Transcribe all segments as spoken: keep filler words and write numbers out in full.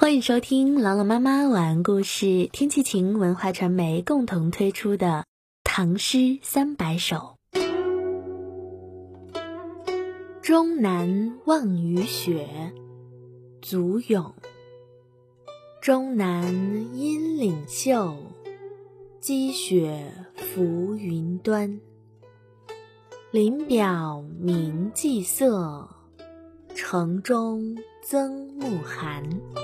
欢迎收听朗朗妈妈晚安故事，天气晴文化传媒共同推出的《唐诗三百首》。终南望雨雪，祖咏。终南阴岭秀，积雪浮云端。林表明霁色，城中增暮寒。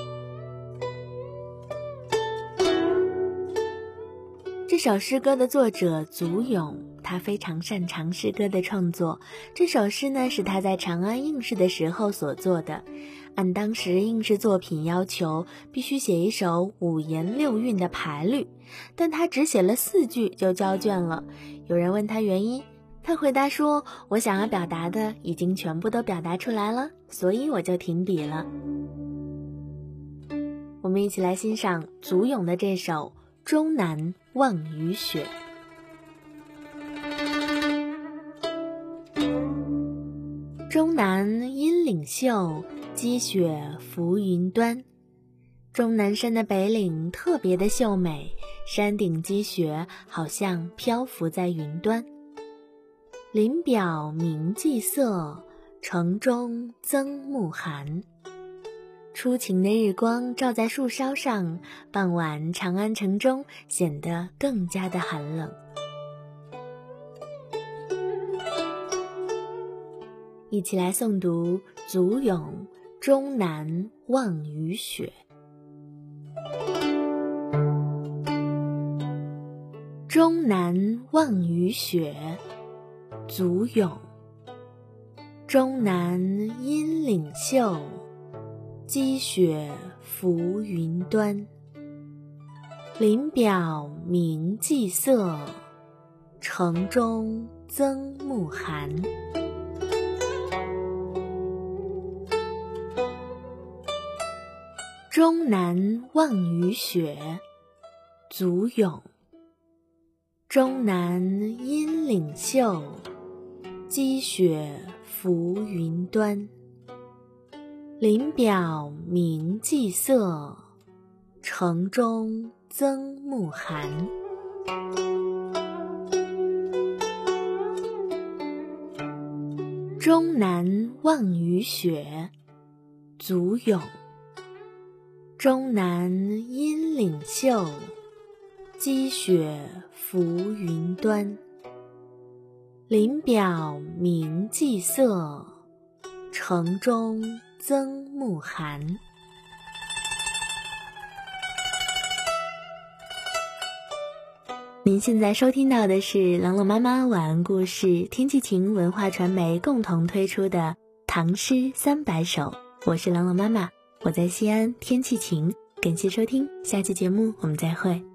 这首诗歌的作者祖咏，他非常擅长诗歌的创作。这首诗呢，是他在长安应试的时候所做的。按当时应试作品要求，必须写一首五言六韵的排律，但他只写了四句就交卷了。有人问他原因，他回答说：我想要表达的已经全部都表达出来了，所以我就停笔了。我们一起来欣赏祖咏的这首终南望雨雪。终南阴岭秀，积雪浮云端。终南山的北岭特别的秀美，山顶积雪好像漂浮在云端。林表明霁色，城中增暮寒。初晴的日光照在树梢上，傍晚长安城中显得更加的寒冷。一起来诵读祖咏终南望雨雪。终南望雨雪，祖咏。终南阴岭秀，积雪浮云端。林表明霁色，城中增暮寒。终南望雨雪，祖咏。终南阴岭秀，积雪浮云端。林表明霁色，城中增暮寒。终南望雨雪，祖咏。终南阴岭秀，积雪浮云端。林表明霁色，城中增暮寒。您现在收听到的是朗朗妈妈晚安故事，天气晴文化传媒共同推出的《唐诗三百首》，我是朗朗妈妈，我在西安，天气晴，感谢收听，下期节目我们再会。